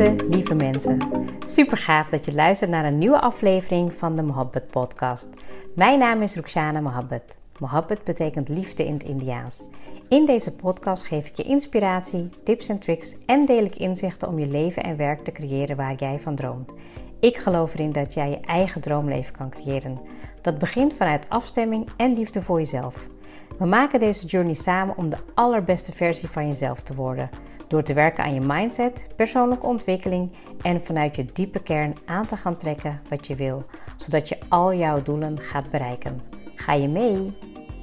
Lieve mensen, super gaaf dat je luistert naar een nieuwe aflevering van de Mohabbat podcast. Mijn naam is Rukhsana Mohabbat. Mohabbat betekent liefde in het Indiaans. In deze podcast geef ik je inspiratie, tips en tricks en deel ik inzichten om je leven en werk te creëren waar jij van droomt. Ik geloof erin dat jij je eigen droomleven kan creëren. Dat begint vanuit afstemming en liefde voor jezelf. We maken deze journey samen om de allerbeste versie van jezelf te worden. Door te werken aan je mindset, persoonlijke ontwikkeling en vanuit je diepe kern aan te gaan trekken wat je wil. Zodat je al jouw doelen gaat bereiken. Ga je mee?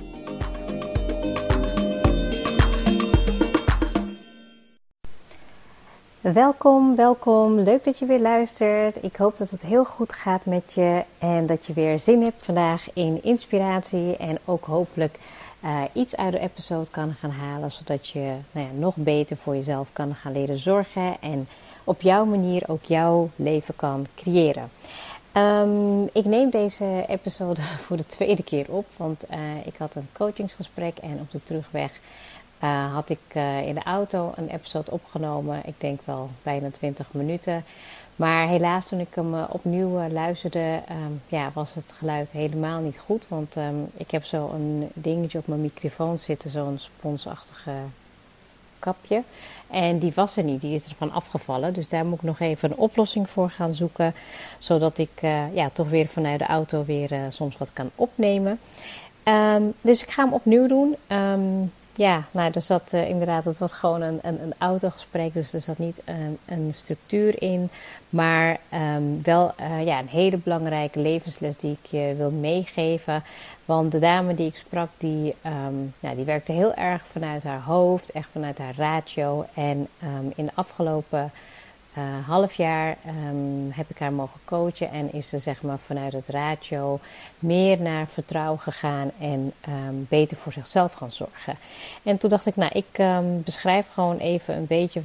Welkom. Leuk dat je weer luistert. Ik hoop dat het heel goed gaat met je en dat je weer zin hebt vandaag in inspiratie en ook hopelijk iets uit de episode kan gaan halen, zodat je nog beter voor jezelf kan gaan leren zorgen en op jouw manier ook jouw leven kan creëren. Ik neem deze episode voor de tweede keer op, want ik had een coachingsgesprek en op de terugweg had ik in de auto een episode opgenomen. Ik denk wel bijna 20 minuten. Maar helaas toen ik hem opnieuw luisterde, was het geluid helemaal niet goed. Want ik heb zo een dingetje op mijn microfoon zitten, zo'n sponsachtige kapje. En die was er niet, die is ervan afgevallen. Dus daar moet ik nog even een oplossing voor gaan zoeken. Zodat ik toch weer vanuit de auto weer soms wat kan opnemen. Dus ik ga hem opnieuw doen. Er zat inderdaad, het was gewoon een autogesprek, dus er zat niet een structuur in, maar wel een hele belangrijke levensles die ik je wil meegeven. Want de dame die ik sprak, die werkte heel erg vanuit haar hoofd, echt vanuit haar ratio. En in de afgelopen half jaar heb ik haar mogen coachen en is ze zeg maar vanuit het ratio meer naar vertrouwen gegaan en beter voor zichzelf gaan zorgen. En toen dacht ik, ik beschrijf gewoon even een beetje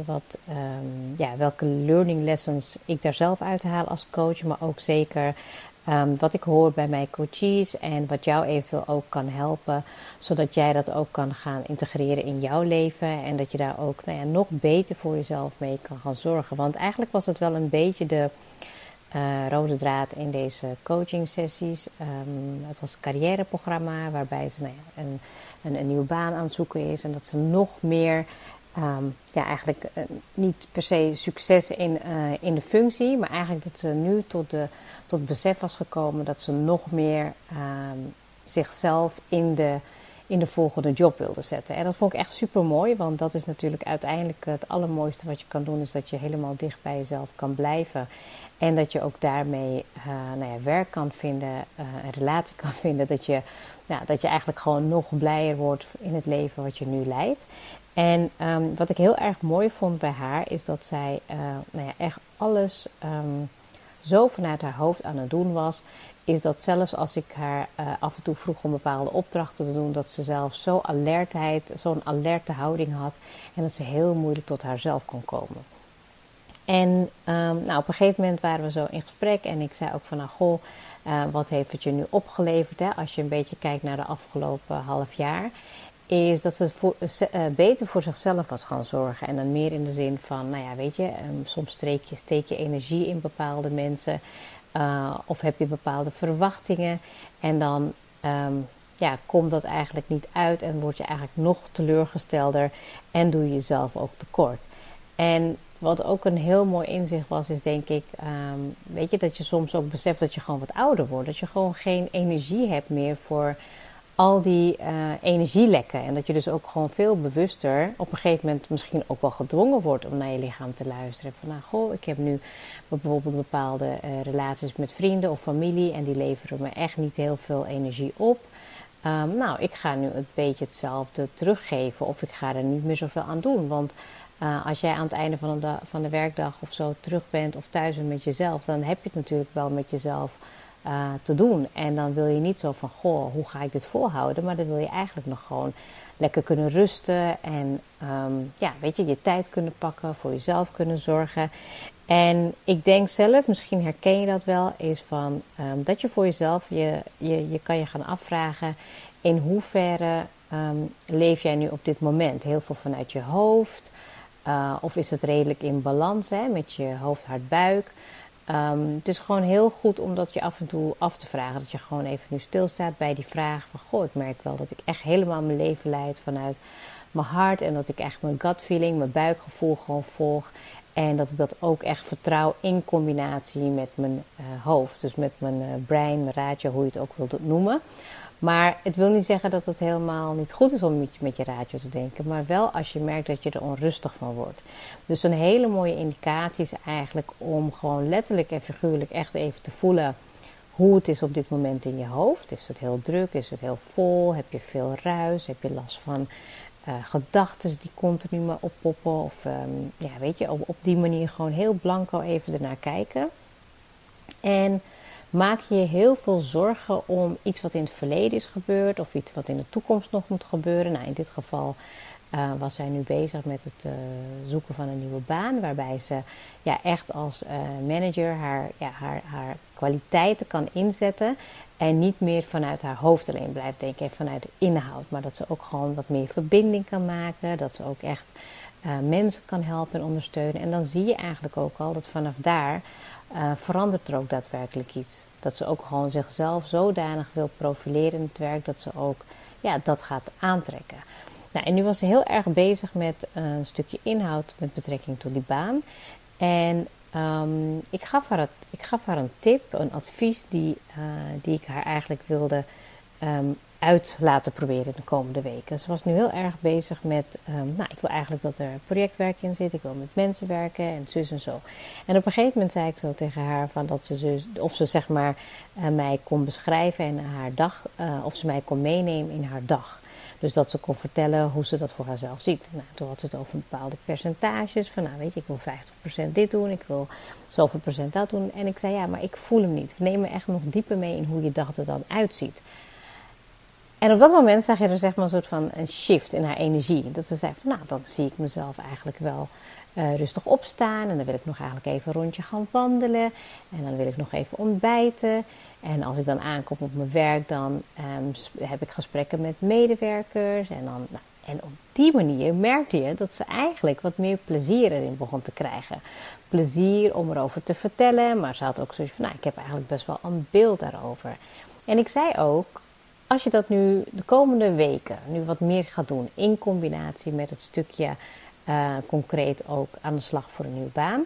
welke learning lessons ik daar zelf uithaal als coach, maar ook zeker wat ik hoor bij mijn coaches en wat jou eventueel ook kan helpen, zodat jij dat ook kan gaan integreren in jouw leven en dat je daar ook nog beter voor jezelf mee kan gaan zorgen. Want eigenlijk was het wel een beetje de rode draad in deze coaching sessies. Het was een carrièreprogramma waarbij ze een nieuwe baan aan het zoeken is en dat ze nog meer eigenlijk niet per se succes in de functie, maar eigenlijk dat ze nu tot het besef was gekomen dat ze nog meer zichzelf in de volgende job wilde zetten. En dat vond ik echt super mooi, want dat is natuurlijk uiteindelijk het allermooiste wat je kan doen, is dat je helemaal dicht bij jezelf kan blijven. En dat je ook daarmee werk kan vinden, een relatie kan vinden, dat je eigenlijk gewoon nog blijer wordt in het leven wat je nu leidt. En wat ik heel erg mooi vond bij haar, is dat zij echt alles zo vanuit haar hoofd aan het doen was, is dat zelfs als ik haar af en toe vroeg om bepaalde opdrachten te doen, dat ze zelf zo'n alerte houding had en dat ze heel moeilijk tot haarzelf kon komen. En op een gegeven moment waren we zo in gesprek en ik zei ook van wat heeft het je nu opgeleverd, hè? Als je een beetje kijkt naar de afgelopen half jaar, is dat ze beter voor zichzelf was gaan zorgen. En dan meer in de zin van, soms steek je energie in bepaalde mensen. Of heb je bepaalde verwachtingen. En dan komt dat eigenlijk niet uit. En word je eigenlijk nog teleurgestelder. En doe je jezelf ook tekort. En wat ook een heel mooi inzicht was, is denk ik, dat je soms ook beseft dat je gewoon wat ouder wordt. Dat je gewoon geen energie hebt meer voor al die energielekken. En dat je dus ook gewoon veel bewuster op een gegeven moment misschien ook wel gedwongen wordt om naar je lichaam te luisteren. Van ik heb nu bijvoorbeeld bepaalde relaties met vrienden of familie en die leveren me echt niet heel veel energie op. Ik ga nu een beetje hetzelfde teruggeven of ik ga er niet meer zoveel aan doen. Want als jij aan het einde van de werkdag of zo terug bent of thuis bent met jezelf, dan heb je het natuurlijk wel met jezelf te doen. En dan wil je niet zo van, hoe ga ik dit volhouden? Maar dan wil je eigenlijk nog gewoon lekker kunnen rusten en je tijd kunnen pakken, voor jezelf kunnen zorgen. En ik denk zelf, misschien herken je dat wel, is van dat je voor jezelf, je kan je gaan afvragen, in hoeverre leef jij nu op dit moment? Heel veel vanuit je hoofd. Of is het redelijk in balans, hè, met je hoofd, hart, buik? Het is gewoon heel goed om dat je af en toe af te vragen. Dat je gewoon even nu stilstaat bij die vraag van... Goh, ik merk wel dat ik echt helemaal mijn leven leid vanuit mijn hart. En dat ik echt mijn gut feeling, mijn buikgevoel gewoon volg. En dat ik dat ook echt vertrouw in combinatie met mijn hoofd. Dus met mijn brein, mijn raadje, hoe je het ook wilt noemen. Maar het wil niet zeggen dat het helemaal niet goed is om met je raadje te denken. Maar wel als je merkt dat je er onrustig van wordt. Dus een hele mooie indicatie is eigenlijk om gewoon letterlijk en figuurlijk echt even te voelen hoe het is op dit moment in je hoofd. Is het heel druk? Is het heel vol? Heb je veel ruis? Heb je last van gedachten die continu maar oppoppen? Of weet je, op die manier gewoon heel blanco even ernaar kijken. En maak je heel veel zorgen om iets wat in het verleden is gebeurd of iets wat in de toekomst nog moet gebeuren. Nou, in dit geval was zij nu bezig met het zoeken van een nieuwe baan, waarbij ze echt als manager haar kwaliteiten kan inzetten en niet meer vanuit haar hoofd alleen blijft denken en vanuit de inhoud, maar dat ze ook gewoon wat meer verbinding kan maken, dat ze ook echt mensen kan helpen en ondersteunen. En dan zie je eigenlijk ook al dat vanaf daar verandert er ook daadwerkelijk iets. Dat ze ook gewoon zichzelf zodanig wil profileren in het werk dat ze ook dat gaat aantrekken. Nou, en nu was ze heel erg bezig met een stukje inhoud met betrekking tot die baan. En ik gaf haar een tip, een advies die ik haar eigenlijk wilde uit laten proberen de komende weken. Ze was nu heel erg bezig met, ik wil eigenlijk dat er projectwerk in zit. Ik wil met mensen werken en zus en zo. En op een gegeven moment zei ik zo tegen haar van dat ze zeg maar mij kon beschrijven en haar dag, of ze mij kon meenemen in haar dag. Dus dat ze kon vertellen hoe ze dat voor haarzelf ziet. Nou, toen had ze het over bepaalde percentages. Van weet je, ik wil 50% dit doen. Ik wil zoveel procent dat doen. En ik zei maar ik voel hem niet. We nemen echt nog dieper mee in hoe je dag er dan uitziet. En op dat moment zag je er zeg maar een soort van een shift in haar energie. Dat ze zei van dan zie ik mezelf eigenlijk wel rustig opstaan. En dan wil ik nog eigenlijk even een rondje gaan wandelen. En dan wil ik nog even ontbijten. En als ik dan aankom op mijn werk, dan heb ik gesprekken met medewerkers. En op die manier merkte je dat ze eigenlijk wat meer plezier erin begon te krijgen. Plezier om erover te vertellen. Maar ze had ook zoiets van, ik heb eigenlijk best wel een beeld daarover. En ik zei ook, als je dat nu de komende weken nu wat meer gaat doen, in combinatie met het stukje concreet ook aan de slag voor een nieuwe baan,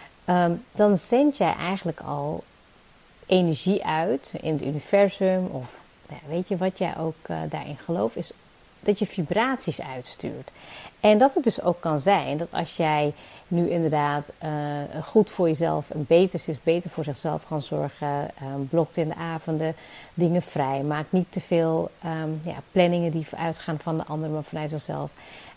dan zend jij eigenlijk al energie uit in het universum of weet je wat jij ook daarin gelooft, is dat je vibraties uitstuurt. En dat het dus ook kan zijn dat als jij nu inderdaad goed voor jezelf en beter voor zichzelf gaan zorgen, blokt in de avonden dingen vrij, maakt niet te veel planningen die uitgaan van de ander, maar vanuit zichzelf.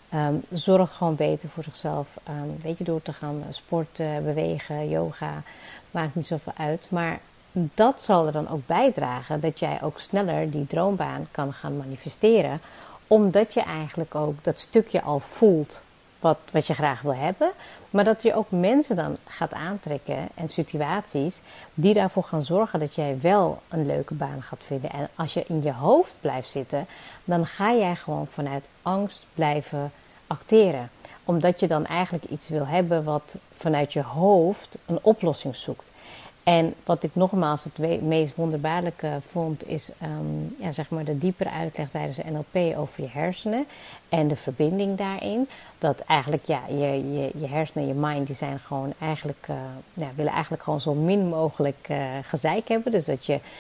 Zorg gewoon beter voor zichzelf. Weet je, door te gaan sporten, bewegen, yoga, maakt niet zoveel uit. Maar dat zal er dan ook bijdragen dat jij ook sneller die droombaan kan gaan manifesteren. Omdat je eigenlijk ook dat stukje al voelt wat je graag wil hebben. Maar dat je ook mensen dan gaat aantrekken en situaties die daarvoor gaan zorgen dat jij wel een leuke baan gaat vinden. En als je in je hoofd blijft zitten, dan ga jij gewoon vanuit angst blijven acteren. Omdat je dan eigenlijk iets wil hebben wat vanuit je hoofd een oplossing zoekt. En wat ik nogmaals het meest wonderbaarlijke vond, is zeg maar de diepere uitleg tijdens de NLP over je hersenen en de verbinding daarin. Dat eigenlijk je hersenen, je mind, die zijn gewoon eigenlijk, willen eigenlijk gewoon zo min mogelijk gezeik hebben. Dus dat je,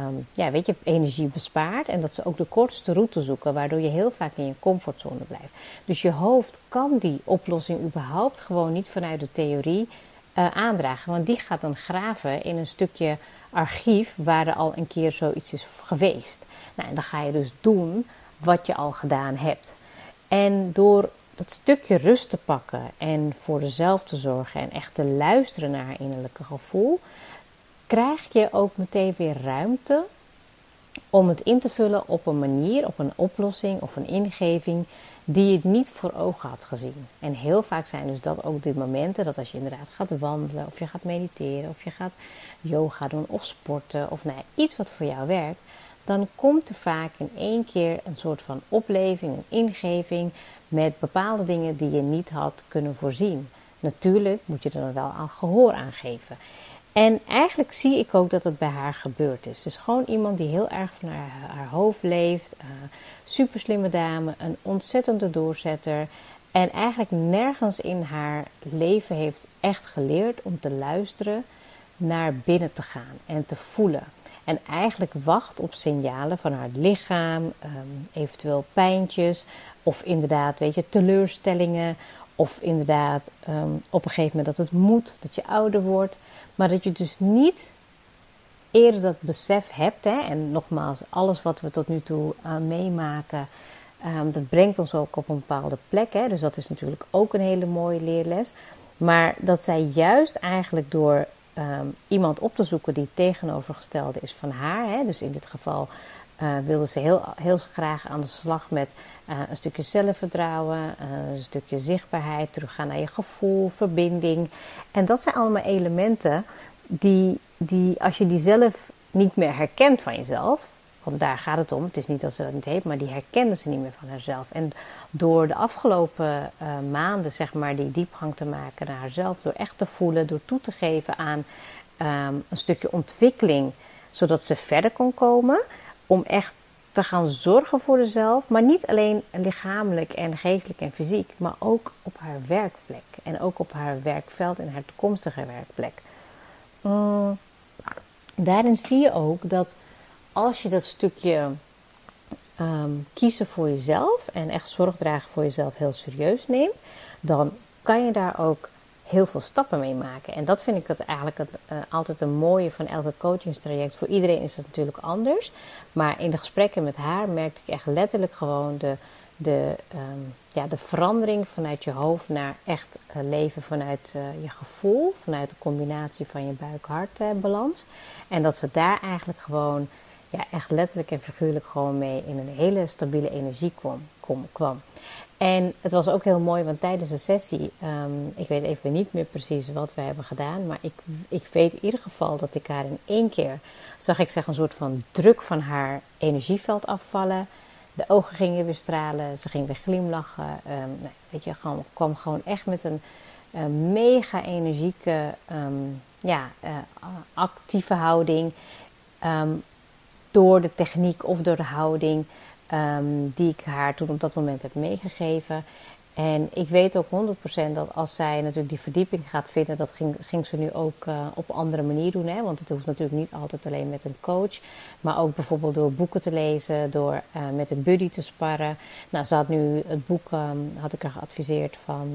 energie bespaart en dat ze ook de kortste route zoeken, waardoor je heel vaak in je comfortzone blijft. Dus je hoofd kan die oplossing überhaupt gewoon niet vanuit de theorie aandragen. Want die gaat dan graven in een stukje archief waar er al een keer zoiets is geweest. Nou, en dan ga je dus doen wat je al gedaan hebt. En door dat stukje rust te pakken en voor jezelf te zorgen en echt te luisteren naar haar innerlijke gevoel, krijg je ook meteen weer ruimte om het in te vullen op een manier, op een oplossing of een ingeving die je niet voor ogen had gezien. En heel vaak zijn dus dat ook de momenten dat als je inderdaad gaat wandelen of je gaat mediteren of je gaat yoga doen of sporten of iets wat voor jou werkt, dan komt er vaak in één keer een soort van opleving, een ingeving met bepaalde dingen die je niet had kunnen voorzien. Natuurlijk moet je er dan wel aan gehoor aan geven. En eigenlijk zie ik ook dat het bij haar gebeurd is. Dus gewoon iemand die heel erg van haar hoofd leeft. Super slimme dame, een ontzettende doorzetter. En eigenlijk nergens in haar leven heeft echt geleerd om te luisteren, naar binnen te gaan en te voelen. En eigenlijk wacht op signalen van haar lichaam, eventueel pijntjes of inderdaad, teleurstellingen. Of inderdaad op een gegeven moment dat het moet, dat je ouder wordt. Maar dat je dus niet eerder dat besef hebt. Hè? En nogmaals, alles wat we tot nu toe meemaken, dat brengt ons ook op een bepaalde plek. Hè? Dus dat is natuurlijk ook een hele mooie leerles. Maar dat zij juist eigenlijk door iemand op te zoeken die tegenovergestelde is van haar. Hè? Dus in dit geval wilde ze heel graag aan de slag met een stukje zelfvertrouwen, een stukje zichtbaarheid, teruggaan naar je gevoel, verbinding. En dat zijn allemaal elementen die als je die zelf niet meer herkent van jezelf, want daar gaat het om, het is niet dat ze dat niet heeft, maar die herkende ze niet meer van haarzelf. En door de afgelopen maanden, zeg maar, die diepgang te maken naar haarzelf, door echt te voelen, door toe te geven aan een stukje ontwikkeling, zodat ze verder kon komen, om echt te gaan zorgen voor zichzelf, maar niet alleen lichamelijk en geestelijk en fysiek, maar ook op haar werkplek en ook op haar werkveld en haar toekomstige werkplek. Daarin zie je ook dat als je dat stukje kiezen voor jezelf en echt zorg dragen voor jezelf heel serieus neemt, dan kan je daar ook heel veel stappen mee maken. En dat vind ik altijd een mooie van elke coachingstraject. Voor iedereen is het natuurlijk anders. Maar in de gesprekken met haar merkte ik echt letterlijk gewoon de verandering vanuit je hoofd naar echt leven vanuit je gevoel. Vanuit de combinatie van je buik-hart balans. En dat ze daar eigenlijk gewoon echt letterlijk en figuurlijk gewoon mee in een hele stabiele energie kwam. En het was ook heel mooi, want tijdens de sessie, ik weet even niet meer precies wat we hebben gedaan, maar ik weet in ieder geval dat ik haar in één keer, zag ik een soort van druk van haar energieveld afvallen. De ogen gingen weer stralen, ze ging weer glimlachen. Kwam gewoon echt met een mega energieke, actieve houding. Door de techniek of door de houding die ik haar toen op dat moment heb meegegeven. En ik weet ook 100% dat als zij natuurlijk die verdieping gaat vinden, dat ging ze nu ook op een andere manier doen. Hè? Want het hoeft natuurlijk niet altijd alleen met een coach. Maar ook bijvoorbeeld door boeken te lezen, door met een buddy te sparren. Nou, ze had nu het boek, had ik haar geadviseerd van,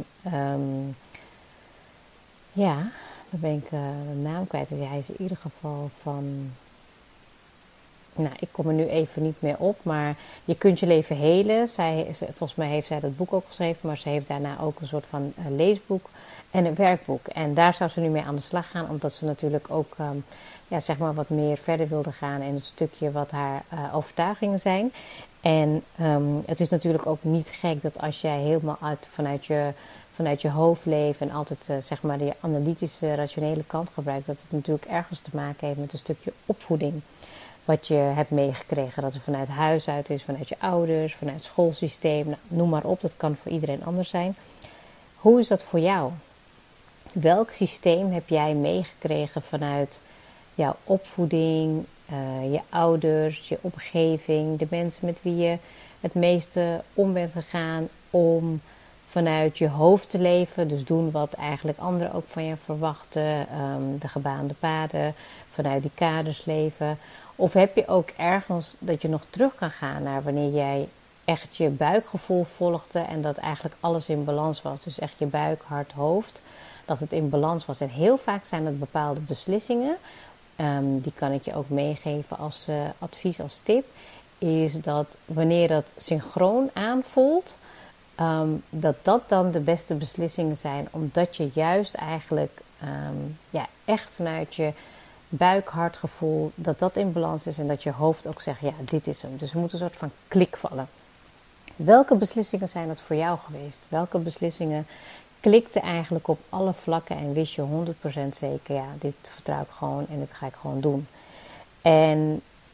dan ben ik de naam kwijt. Hij is in ieder geval van, nou, ik kom er nu even niet meer op, maar je kunt je leven helen. Volgens mij heeft zij dat boek ook geschreven, maar ze heeft daarna ook een soort van leesboek en een werkboek. En daar zou ze nu mee aan de slag gaan, omdat ze natuurlijk ook wat meer verder wilde gaan in het stukje wat haar overtuigingen zijn. En het is natuurlijk ook niet gek dat als jij helemaal vanuit je hoofd leeft en altijd die analytische, rationele kant gebruikt, dat het natuurlijk ergens te maken heeft met een stukje opvoeding. Wat je hebt meegekregen, dat het vanuit huis uit is, vanuit je ouders, vanuit het schoolsysteem. Nou, noem maar op, dat kan voor iedereen anders zijn. Hoe is dat voor jou? Welk systeem heb jij meegekregen vanuit jouw opvoeding, je ouders, je omgeving, de mensen met wie je het meeste om bent gegaan om vanuit je hoofd te leven, dus doen wat eigenlijk anderen ook van je verwachten, de gebaande paden, vanuit die kaders leven. Of heb je ook ergens dat je nog terug kan gaan naar wanneer jij echt je buikgevoel volgde en dat eigenlijk alles in balans was. Dus echt je buik, hart, hoofd, dat het in balans was. En heel vaak zijn het bepaalde beslissingen, die kan ik je ook meegeven als advies, als tip, is dat wanneer dat synchroon aanvoelt, dat dan de beste beslissingen zijn, omdat je juist eigenlijk echt vanuit je buik-hartgevoel dat in balans is en dat je hoofd ook zegt, ja, dit is hem. Dus er moet een soort van klik vallen. Welke beslissingen zijn dat voor jou geweest? Welke beslissingen klikten eigenlijk op alle vlakken en wist je 100% zeker, ja, dit vertrouw ik gewoon en dit ga ik gewoon doen. En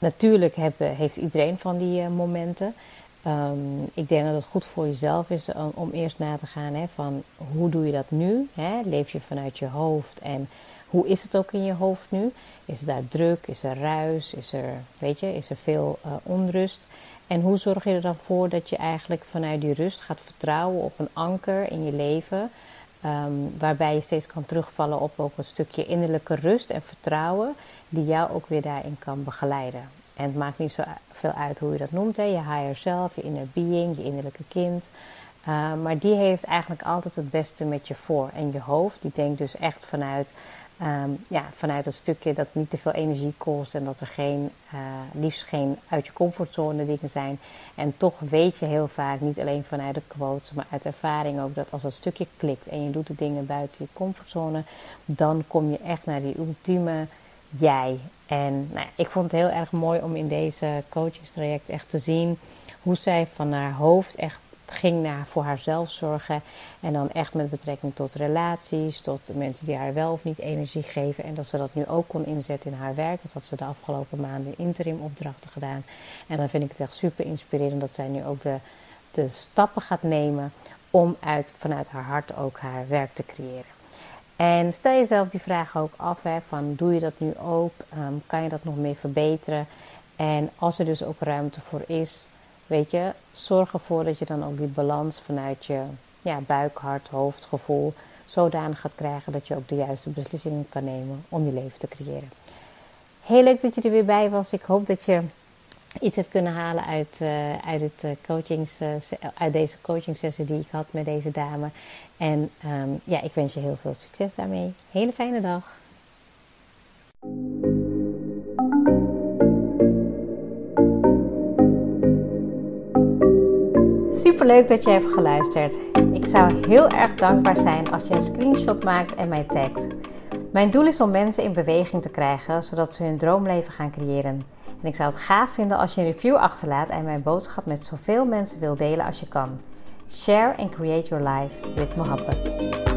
Natuurlijk heeft iedereen van die momenten. Ik denk dat het goed voor jezelf is om eerst na te gaan van hoe doe je dat nu? Leef je vanuit je hoofd en hoe is het ook in je hoofd nu? Is het daar druk? Is er ruis? Is er veel onrust? En hoe zorg je er dan voor dat je eigenlijk vanuit die rust gaat vertrouwen op een anker in je leven? Waarbij je steeds kan terugvallen op ook een stukje innerlijke rust en vertrouwen die jou ook weer daarin kan begeleiden. En het maakt niet zo veel uit hoe je dat noemt. Je higher self, je inner being, je innerlijke kind. Maar die heeft eigenlijk altijd het beste met je voor. En je hoofd, die denkt dus echt vanuit het stukje dat niet te veel energie kost. En dat er liefst geen uit je comfortzone dingen zijn. En toch weet je heel vaak, niet alleen vanuit de quotes, maar uit ervaring ook, dat als dat stukje klikt en je doet de dingen buiten je comfortzone, dan kom je echt naar die ultieme jij. En ik vond het heel erg mooi om in deze coachingstraject echt te zien hoe zij van haar hoofd echt ging naar voor haarzelf zorgen. En dan echt met betrekking tot relaties, tot de mensen die haar wel of niet energie geven. En dat ze dat nu ook kon inzetten in haar werk. Dat had ze de afgelopen maanden interim opdrachten gedaan. En dan vind ik het echt super inspirerend dat zij nu ook de stappen gaat nemen om vanuit haar hart ook haar werk te creëren. En stel jezelf die vraag ook af, van doe je dat nu ook? Kan je dat nog meer verbeteren? En als er dus ook ruimte voor is, zorg ervoor dat je dan ook die balans vanuit je buik, hart, hoofd, gevoel zodanig gaat krijgen dat je ook de juiste beslissingen kan nemen om je leven te creëren. Heel leuk dat je er weer bij was. Ik hoop dat je iets hebt kunnen halen uit deze coaching sessie die ik had met deze dame. En ik wens je heel veel succes daarmee. Hele fijne dag. Superleuk dat je hebt geluisterd. Ik zou heel erg dankbaar zijn als je een screenshot maakt en mij tagt. Mijn doel is om mensen in beweging te krijgen, zodat ze hun droomleven gaan creëren. En ik zou het gaaf vinden als je een review achterlaat en mijn boodschap met zoveel mensen wil delen als je kan. Share and create your life with Mohabbat.